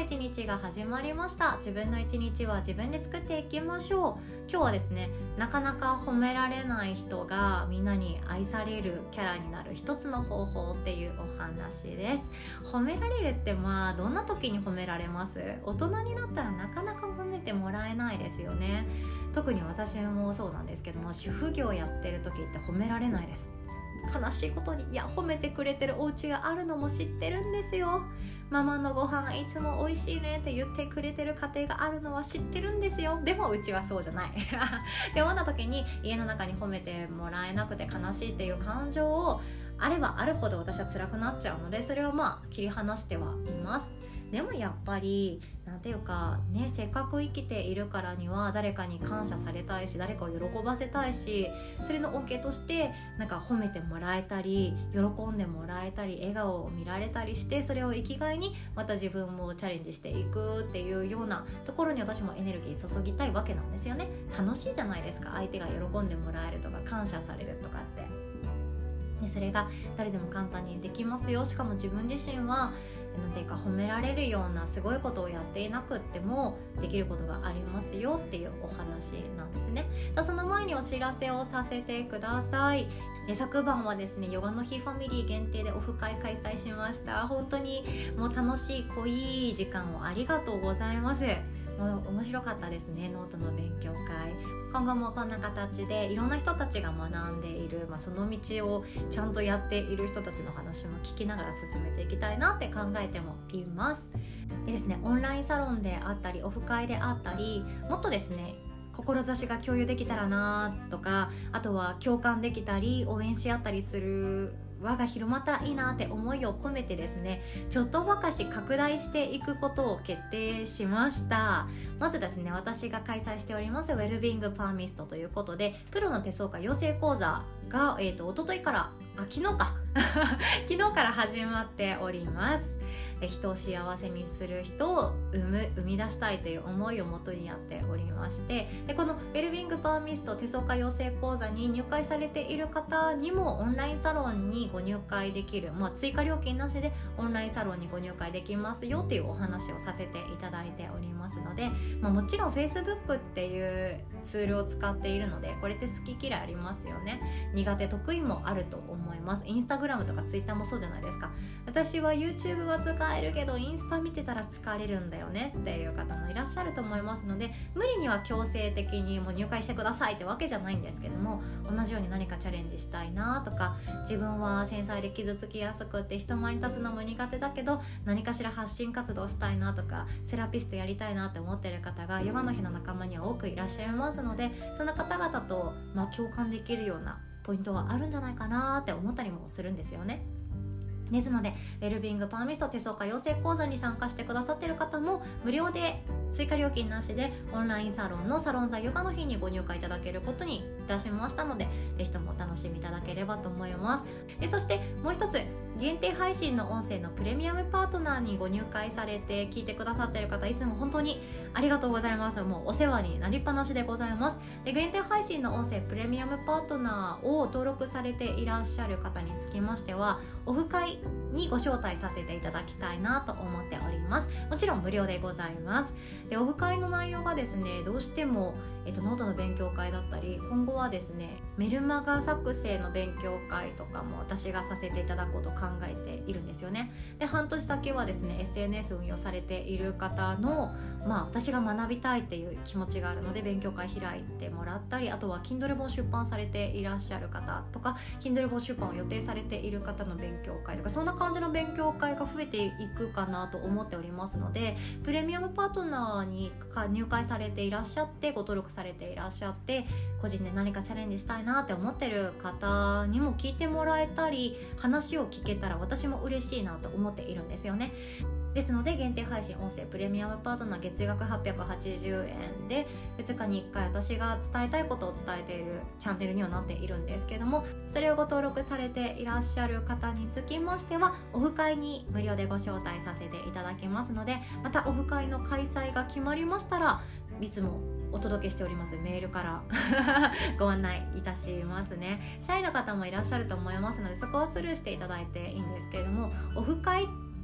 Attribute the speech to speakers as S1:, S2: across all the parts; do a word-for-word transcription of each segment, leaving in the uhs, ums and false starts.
S1: 一日が始まりました。自分の一日は自分で作っていきましょう。今日はですね、なかなか褒められない人がみんなに愛されるキャラになる一つの方法っていうお話です。褒められるってまあどんな時に褒められます？大人になったらなかなか褒めてもらえないですよね。特に私もそうなんですけども、主婦業やってる時って褒められないです。悲しいことに、いや褒めてくれてるお家があるのも知ってるんですよ。ママのご飯いつも美味しいねって言ってくれてる家庭があるのは知ってるんですよ。でもうちはそうじゃないって思った時に、家の中に褒めてもらえなくて悲しいっていう感情をあればあるほど私は辛くなっちゃうので、それをまあ切り離してはいます。でもやっぱりなんていうかね、せっかく生きているからには誰かに感謝されたいし、誰かを喜ばせたいし、それの恩恵としてなんか褒めてもらえたり喜んでもらえたり笑顔を見られたりして、それを生きがいにまた自分もチャレンジしていくっていうようなところに私もエネルギー注ぎたいわけなんですよね。楽しいじゃないですか、相手が喜んでもらえるとか感謝されるとかってで、それが誰でも簡単にできますよ。しかも自分自身はなんていうか褒められるようなすごいことをやっていなくってもできることがありますよっていうお話なんですね。その前にお知らせをさせてください。で昨晩はですね、ヨガの日ファミリー限定でオフ会開催しました。本当にもう楽しい濃い時間をありがとうございます。もう面白かったですね、ノートの勉強会。今後もこんな形でいろんな人たちが学んでいる、まあ、その道をちゃんとやっている人たちの話も聞きながら進めていきたいなって考えてもいます。でですね、オンラインサロンであったりオフ会であったり、もっとですね志が共有できたらなとか、あとは共感できたり応援し合ったりする輪が広まったらいいなって思いを込めてですね、ちょっとばかし拡大していくことを決定しました。まずですね、私が開催しておりますウェルビーイングパーミストということで、プロの手相家養成講座が、えーと、一昨日からあ昨日か昨日から始まっております。で人を幸せにする人を生む生み出したいという思いをもとにやっておりまして、でこのウェルビーイングパーミスト手相家養成講座に入会されている方にもオンラインサロンにご入会できる、まあ、追加料金なしでオンラインサロンにご入会できますよっていうお話をさせていただいておりますので、まあ、もちろん Facebook っていうツールを使っているので、これって好き嫌いありますよね。苦手得意もあると思います。インスタグラムとかツイッターもそうじゃないですか。私は YouTube は使えるけどインスタ見てたら疲れるんだよねっていう方もいらっしゃると思いますので、無理には強制的にもう入会してくださいってわけじゃないんですけども、同じように何かチャレンジしたいなとか、自分は繊細で傷つきやすくって人前に立つのも苦手だけど何かしら発信活動したいなとか、セラピストやりたいなって思ってる方がヨガの日の仲間には多くいらっしゃいますので、その方々と、まあ、共感できるようなポイントがあるんじゃないかなって思ったりもするんですよね。ですのでウェルビーイングパーミスト手相家養成講座に参加してくださっている方も無料で追加料金なしでオンラインサロンのサロン座ヨガの日にご入会いただけることにいたしましたので、ぜひともお楽しみいただければと思います。でそしてもう一つ、限定配信の音声のプレミアムパートナーにご入会されて聞いてくださっている方、いつも本当にありがとうございます。もうお世話になりっぱなしでございます。で限定配信の音声プレミアムパートナーを登録されていらっしゃる方につきましては、オフ会にご招待させていただきたいなと思っております。もちろん無料でございます。でオフ会の内容がですね、どうしても、えっと、ノートの勉強会だったり、今後はですねメルマガ作成の勉強会とかも私がさせていただくことを考えているんですよね。で半年先はですね エスエヌエス 運用されている方の、まあ、私が学びたいっていう気持ちがあるので勉強会開いてもらったり、あとは Kindle 本出版されていらっしゃる方とか Kindle 本出版を予定されている方の勉強会とか、そんな感じの勉強会が増えていくかなと思っておりますので、プレミアムパートナーに入会されていらっしゃってご登録されていらっしゃって、個人で何かチャレンジしたいなって思ってる方にも聞いてもらえたり、話を聞けたら私も嬉しいなと思っているんですよね。ですので限定配信音声プレミアムパートナー月額はっぴゃくはちじゅうえんでふつかにいっかい私が伝えたいことを伝えているチャンネルにはなっているんですけども、それをご登録されていらっしゃる方につきましてはオフ会に無料でご招待させていただきますので、またオフ会の開催が決まりましたらいつもお届けしておりますメールからご案内いたしますね。シャイの方もいらっしゃると思いますので、そこはスルーしていただいていいんですけれども、オフ会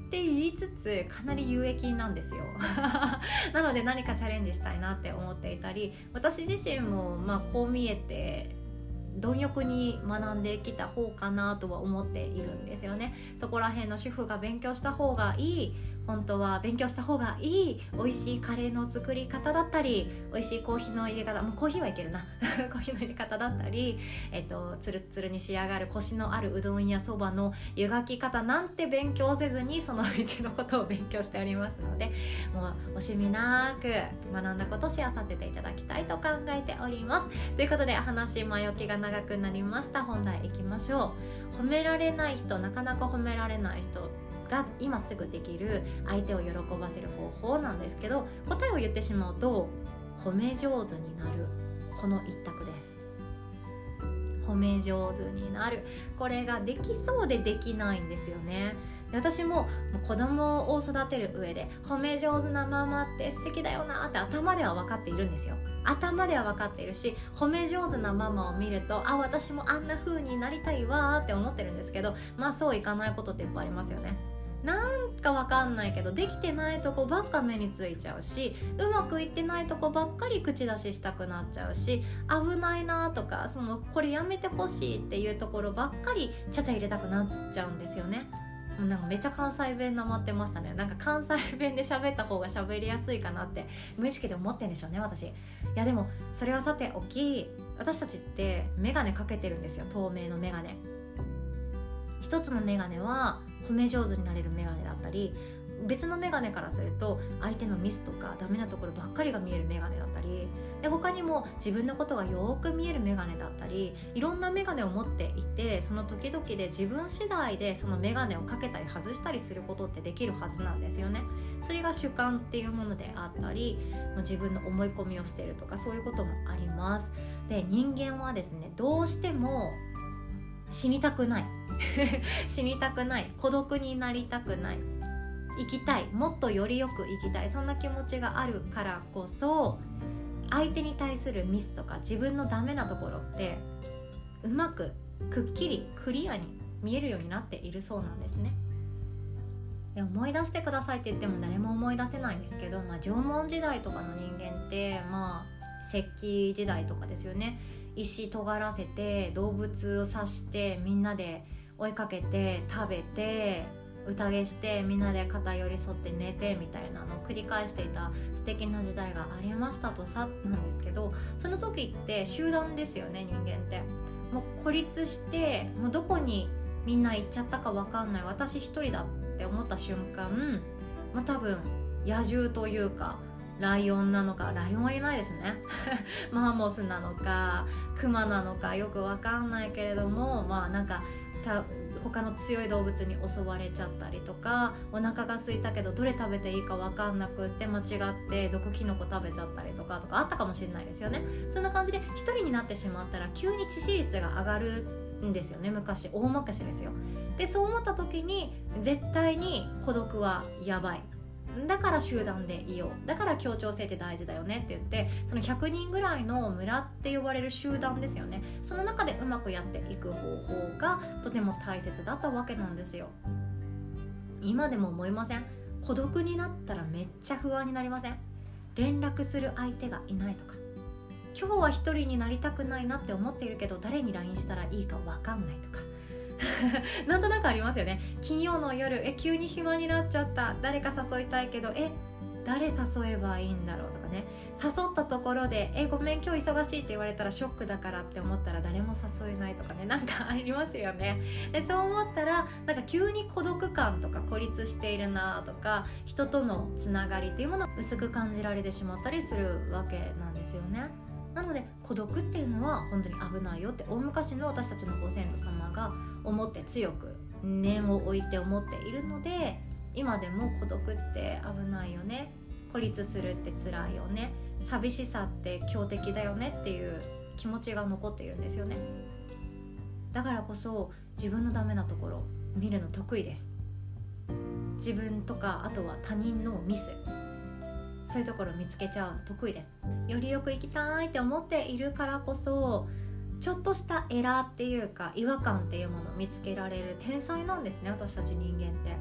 S1: って言いつつかなり有益なんですよなので何かチャレンジしたいなって思っていたり、私自身もまあこう見えて貪欲に学んできた方かなとは思っているんですよね。そこら辺の主婦が勉強した方がいい、本当は勉強した方がいい美味しいカレーの作り方だったり、美味しいコーヒーの入れ方、もうコーヒーはいけるなコーヒーの入れ方だったり、えっと、ツルッツルに仕上がるコシのあるうどんやそばの湯がき方なんて勉強せずにその道のことを勉強しておりますので、もう惜しみなく学んだことをシェアさせていただきたいと考えております。ということで話前置きが長くなりました。本題いきましょう。褒められない人、なかなか褒められない人が今すぐできる相手を喜ばせる方法なんですけど、答えを言ってしまうと褒め上手になる、この一択です。褒め上手になる、これができそうでできないんですよね。で私も子供を育てる上で褒め上手なママって素敵だよなって頭では分かっているんですよ。頭では分かっているし、褒め上手なママを見ると、あ、私もあんな風になりたいわって思ってるんですけど、まあそういかないことっていっぱいありますよね。なんかわかんないけどできてないとこばっか目についちゃうし、うまくいってないとこばっかり口出ししたくなっちゃうし、危ないなとか、そのこれやめてほしいっていうところばっかりちゃちゃ入れたくなっちゃうんですよね。なんかめっちゃ関西弁なまってましたね。なんか関西弁で喋った方が喋りやすいかなって無意識で思ってんでしょうね、私。いやでもそれはさておき、私たちってメガネかけてるんですよ、透明のメガネ。一つのメガネは褒め上手になれるメガネだったり、別のメガネからすると相手のミスとかダメなところばっかりが見えるメガネだったりで、他にも自分のことがよく見えるメガネだったり、いろんなメガネを持っていて、その時々で自分次第でそのメガネをかけたり外したりすることってできるはずなんですよね。それが主観っていうものであったり、自分の思い込みを捨てるとか、そういうこともあります。で、人間はですね、どうしても死にたくない死にたくない、孤独になりたくない、生きたい、もっとよりよく生きたい、そんな気持ちがあるからこそ、相手に対するミスとか自分のダメなところってうまくくっきりクリアに見えるようになっているそうなんですね。で、思い出してくださいって言っても誰も思い出せないんですけど、まあ、縄文時代とかの人間ってまあ石器時代とかですよね。石尖らせて動物を刺してみんなで追いかけて食べて宴してみんなで肩寄り添って寝てみたいなのを繰り返していた素敵な時代がありましたとさなんですけど、その時って集団ですよね。人間ってもう孤立して、もうどこにみんな行っちゃったか分かんない、私一人だって思った瞬間、まあ、多分野獣というかライオンなのか、ライオンはいないですねマンモスなのかクマなのかよく分かんないけれども、まあなんかた他の強い動物に襲われちゃったりとか、お腹が空いたけどどれ食べていいか分かんなくって間違って毒キノコ食べちゃったりとかとかあったかもしれないですよね。そんな感じで一人になってしまったら急に致死率が上がるんですよね。昔大昔ですよ。でそう思った時に絶対に孤独はやばい、だから集団でいよう、だから協調性って大事だよねって言って、そのひゃくにんぐらいの村って呼ばれる集団ですよね、その中でうまくやっていく方法がとても大切だったわけなんですよ。今でも思いません？孤独になったらめっちゃ不安になりません？連絡する相手がいないとか、今日は一人になりたくないなって思っているけど誰に ライン したらいいか分かんないとかなんとなくありますよね。金曜の夜、え急に暇になっちゃった、誰か誘いたいけどえ誰誘えばいいんだろうとかね、誘ったところでえごめん今日忙しいって言われたらショックだからって思ったら誰も誘えないとかね、なんかありますよね。でそう思ったらなんか急に孤独感とか孤立しているなとか、人とのつながりっていうものを薄く感じられてしまったりするわけなんですよね。なので孤独っていうのは本当に危ないよって大昔の私たちのご先祖様が思って強く念を置いて思っているので、今でも孤独って危ないよね、孤立するって辛いよね、寂しさって強敵だよねっていう気持ちが残っているんですよね。だからこそ自分のダメなところ見るの得意です。自分とかあとは他人のミス、そういうところ見つけちゃうの得意です。よりよく生きたいって思っているからこそ、ちょっとしたエラーっていうか違和感っていうものを見つけられる天才なんですね、私たち人間って。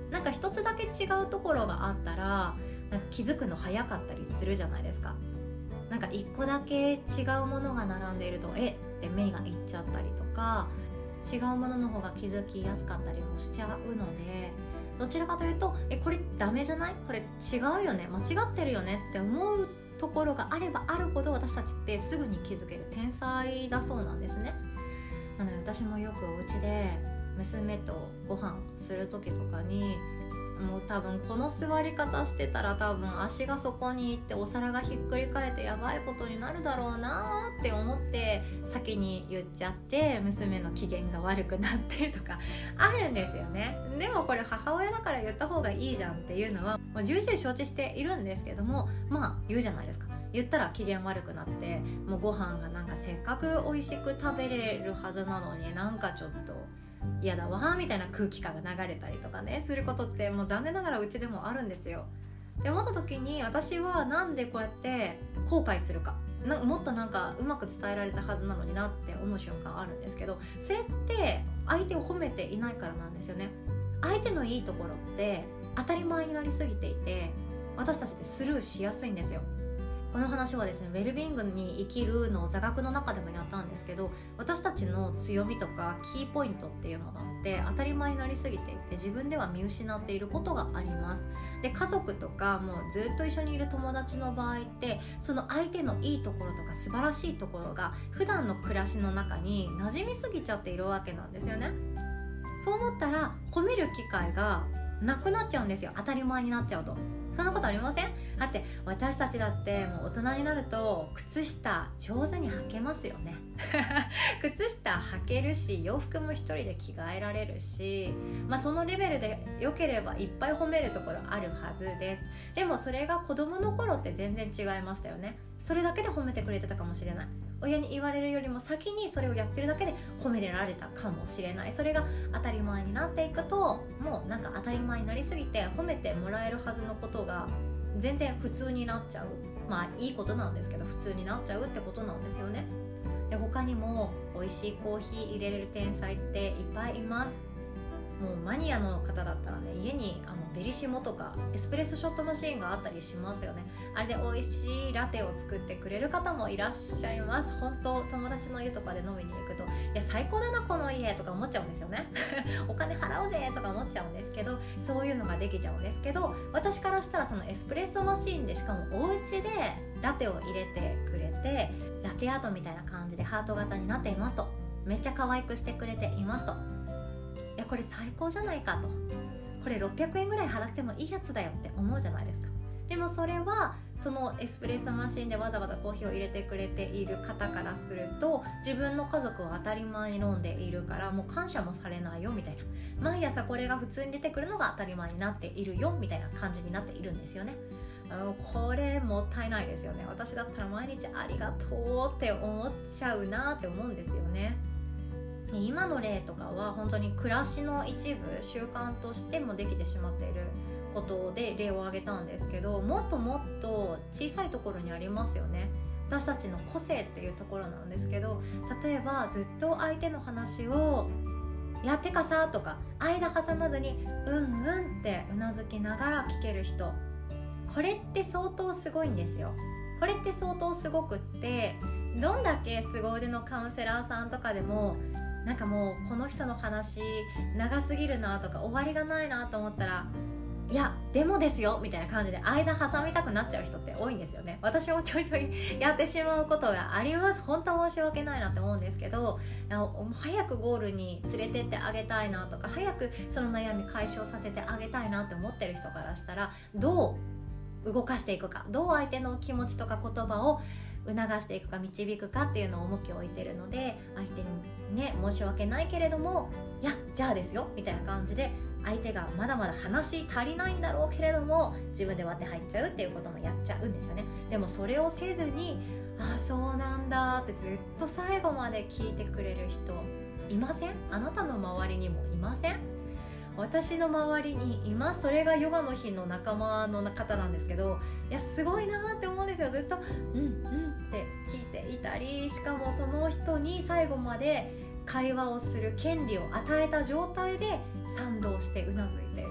S1: なんか一つだけ違うところがあったらなんか気づくの早かったりするじゃないですか。なんか一個だけ違うものが並んでいるとえって目がいっちゃったりとか、違うものの方が気づきやすかったりもしちゃうので、どちらかというとえこれダメじゃない、これ違うよね、間違ってるよねって思うところがあればあるほど私たちってすぐに気づける天才だそうなんですね。なので私もよくお家で娘とご飯する時とかにもう多分この座り方してたら多分足がそこに行ってお皿がひっくり返ってやばいことになるだろうなって思って先に言っちゃって娘の機嫌が悪くなってとかあるんですよね。でもこれ母親だから言った方がいいじゃんっていうのはもう重々承知しているんですけども、まあ言うじゃないですか。言ったら機嫌悪くなってもうご飯がなんかせっかく美味しく食べれるはずなのになんかちょっと嫌だわみたいな空気感が流れたりとかねすることってもう残念ながらうちでもあるんですよ。で思った時に私はなんでこうやって後悔するかな、もっとなんかうまく伝えられたはずなのになって思う瞬間あるんですけど、それって相手を褒めていないからなんですよね。相手のいいところって当たり前になりすぎていて私たちってスルーしやすいんですよ。この話はですねウェルビーイングに生きるの座学の中でもやったんですけど、私たちの強みとかキーポイントっていうものって当たり前になりすぎていて自分では見失っていることがあります。で家族とかもうずっと一緒にいる友達の場合ってその相手のいいところとか素晴らしいところが普段の暮らしの中に馴染みすぎちゃっているわけなんですよね。そう思ったら褒める機会がなくなっちゃうんですよ。当たり前になっちゃうと。そんなことありません？だって私たちだってもう大人になると靴下上手に履けますよね靴下履けるし洋服も一人で着替えられるし、まあ、そのレベルで良ければいっぱい褒めるところあるはずです。でもそれが子供の頃って全然違いましたよね。それだけで褒めてくれてたかもしれない。親に言われるよりも先にそれをやってるだけで褒められたかもしれない。それが当たり前になっていくともうなんか当たり前になりすぎて褒めてもらえるはずのことが全然普通になっちゃう。まあいいことなんですけど普通になっちゃうってことなんですよね。で他にも美味しいコーヒー入れれる天才っていっぱいいます。もうマニアの方だったらね家にあのベリシモとかエスプレッソショットマシーンがあったりしますよね。あれで美味しいラテを作ってくれる方もいらっしゃいます。本当友達の家とかで飲みに行くといや最高だなこの家とか思っちゃうんですよねお金払うぜとか思っちゃうんですけど、そういうのができちゃうんですけど、私からしたらそのエスプレッソマシーンでしかもお家でラテを入れてくれてラテアートみたいな感じでハート型になっていますと、めっちゃ可愛くしてくれていますと、いやこれ最高じゃないかと、これろっぴゃくえんぐらい払ってもいいやつだよって思うじゃないですか。でもそれはそのエスプレッソマシンでわざわざコーヒーを入れてくれている方からすると自分の家族は当たり前に飲んでいるからもう感謝もされないよみたいな、毎朝これが普通に出てくるのが当たり前になっているよみたいな感じになっているんですよね。あのこれもったいないですよね。私だったら毎日ありがとうって思っちゃうなって思うんですよね。今の例とかは本当に暮らしの一部習慣としてもできてしまっていることで例を挙げたんですけど、もっともっと小さいところにありますよね。私たちの個性っていうところなんですけど、例えばずっと相手の話をやってかさとか間挟まずにうんうんってうなずきながら聞ける人、これって相当すごいんですよ。これって相当すごくって、どんだけ凄腕のカウンセラーさんとかでもなんかもうこの人の話長すぎるなとか終わりがないなと思ったらいやでもですよみたいな感じで間挟みたくなっちゃう人って多いんですよね。私もちょいちょいやってしまうことがあります。本当申し訳ないなって思うんですけど、早くゴールに連れてってあげたいなとか早くその悩み解消させてあげたいなって思ってる人からしたらどう動かしていくか、どう相手の気持ちとか言葉を促していくか導くかっていうのを重きを置いてるので、相手にね申し訳ないけれどもいやじゃあですよみたいな感じで相手がまだまだ話足りないんだろうけれども自分で割って入っちゃうっていうこともやっちゃうんですよね。でもそれをせずにああそうなんだってずっと最後まで聞いてくれる人いません？あなたの周りにもいません？私の周りにいます。それがヨガの日の仲間の方なんですけど、いやすごいなって思うんですよ。ずっとうんうんって聞いていたり、しかもその人に最後まで会話をする権利を与えた状態で賛同してうなずいている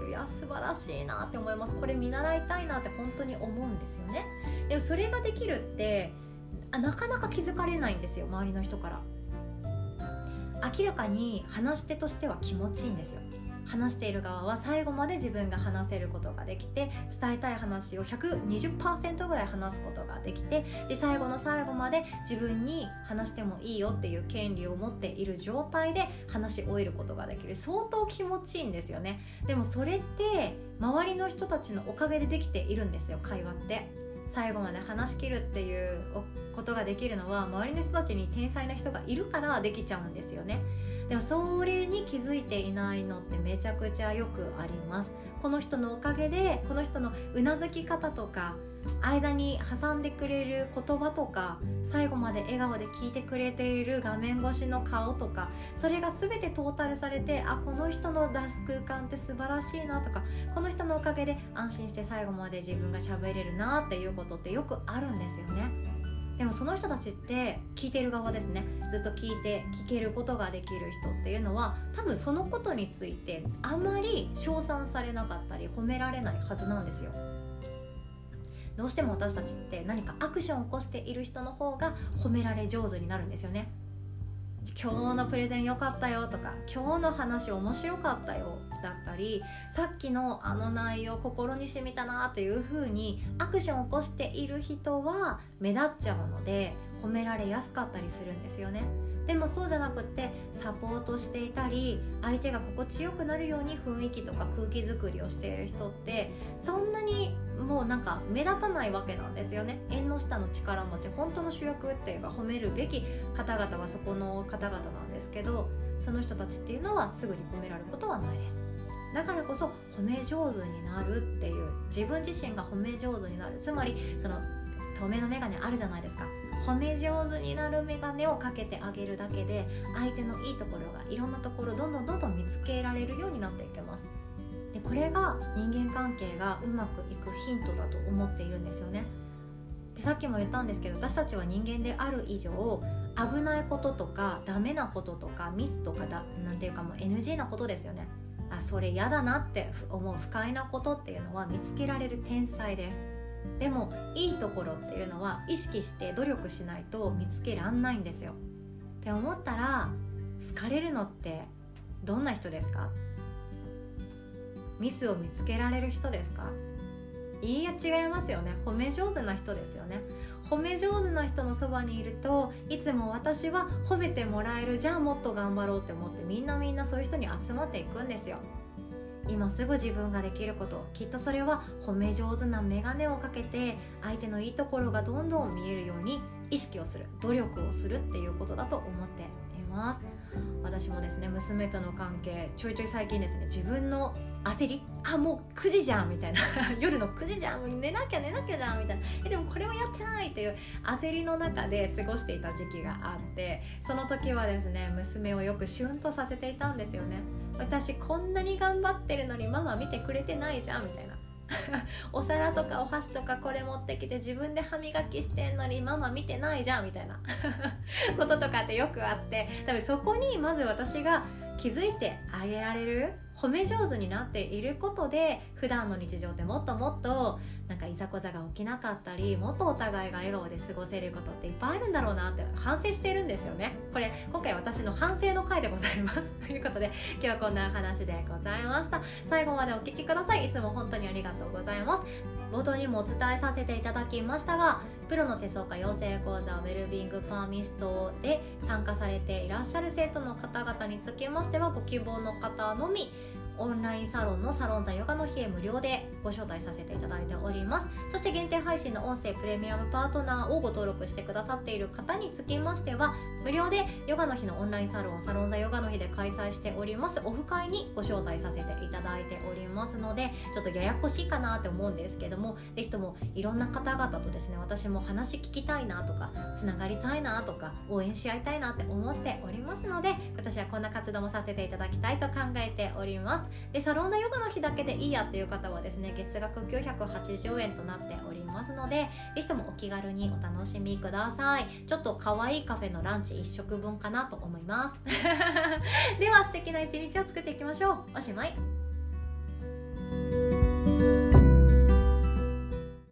S1: いう、いや素晴らしいなって思います。これ見習いたいなって本当に思うんですよね。でもそれができるってなかなか気づかれないんですよ、周りの人から。明らかに話し手としては気持ちいいんですよ。話している側は最後まで自分が話せることができて、伝えたい話を ひゃくにじゅっパーセント ぐらい話すことができて、で最後の最後まで自分に話してもいいよっていう権利を持っている状態で話し終えることができる。相当気持ちいいんですよね。でもそれって周りの人たちのおかげでできているんですよ。会話って最後まで話し切るっていうことができるのは、周りの人たちに天才な人がいるからできちゃうんですよね。でもそれに気づいていないのってめちゃくちゃよくあります。この人のおかげで、この人のうなずき方とか、間に挟んでくれる言葉とか、最後まで笑顔で聞いてくれている画面越しの顔とか、それが全てトータルされて、あ、この人の出す空間って素晴らしいなとか、この人のおかげで安心して最後まで自分が喋れるなっていうことってよくあるんですよね。でもその人たちって聞いてる側ですね、ずっと聞いて聞けることができる人っていうのは、多分そのことについてあまり称賛されなかったり褒められないはずなんですよ。どうしても私たちって何かアクションを起こしている人の方が褒められ上手になるんですよね。今日のプレゼン良かったよとか、今日の話面白かったよだったり、さっきのあの内容心に染みたなっていう風にアクションを起こしている人は目立っちゃうので褒められやすかったりするんですよね。でもそうじゃなくって、サポートしていたり相手が心地よくなるように雰囲気とか空気作りをしている人ってそんなにもうなんか目立たないわけなんですよね。縁の下の力持ち、本当の主役っていうか褒めるべき方々はそこの方々なんですけど、その人たちっていうのはすぐに褒められることはないです。だからこそ褒め上手になるっていう、自分自身が褒め上手になる、つまりその透明のメガネあるじゃないですか。褒め上手になるメガネをかけてあげるだけで、相手のいいところがいろんなところどんどんどんどん見つけられるようになっていきます。でこれが人間関係がうまくいくヒントだと思っているんですよね。でさっきも言ったんですけど、私たちは人間である以上、危ないこととかダメなこととかミスとかだなんていうかもう エヌジー なことですよね。あ、それ嫌だなって思う不快なことっていうのは見つけられる天才です。でもいいところっていうのは意識して努力しないと見つけらんないんですよ。って思ったら、好かれるのってどんな人ですか？ミスを見つけられる人ですか？いいや違いますよね。褒め上手な人ですよね。褒め上手な人のそばにいると、いつも私は褒めてもらえる、じゃあもっと頑張ろうって思って、みんなみんなそういう人に集まっていくんですよ。今すぐ自分ができること、きっとそれは褒め上手な眼鏡をかけて相手のいいところがどんどん見えるように意識をする、努力をするっていうことだと思っています。私もですね、娘との関係ちょいちょい最近ですね、自分の焦り、あもうくじじゃんみたいな夜のくじじゃん、寝なきゃ寝なきゃじゃんみたいな、えでもこれはやってないっていう焦りの中で過ごしていた時期があって、その時はですね、娘をよくシュンとさせていたんですよね。私こんなに頑張ってるのにママ見てくれてないじゃんみたいなお皿とかお箸とかこれ持ってきて自分で歯磨きしてんのにママ見てないじゃんみたいなこととかってよくあって、多分そこにまず私が気づいてあげられる、褒め上手になっていることで、普段の日常ってもっともっとなんかいざこざが起きなかったり、もっとお互いが笑顔で過ごせることっていっぱいあるんだろうなって反省してるんですよね。これ今回私の反省の回でございますということで、今日はこんな話でございました。最後までお聞きください。いつも本当にありがとうございます。冒頭にもお伝えさせていただきましたが、プロの手相家養成講座ウェルビングパーミストで参加されていらっしゃる生徒の方々につきましては、ご希望の方のみオンラインサロンのサロン座ヨガの日へ無料でご招待させていただいております。そして限定配信の音声プレミアムパートナーをご登録してくださっている方につきましては、無料でヨガの日のオンラインサロンサロン座ヨガの日で開催しておりますオフ会にご招待させていただいておりますので、ちょっとややこしいかなって思うんですけども、ぜひともいろんな方々とですね、私も話聞きたいなとかつながりたいなとか応援し合いたいなって思っておりますので、今年はこんな活動もさせていただきたいと考えております。でサロン座ヨガの日だけでいいやっていう方はですね、月額きゅうひゃくはちじゅうえんとなっておりますので、ぜひともお気軽にお楽しみください。ちょっと可愛いカフェのランチいっしょくぶんかなと思いますでは素敵な一日を作っていきましょう。おしまい。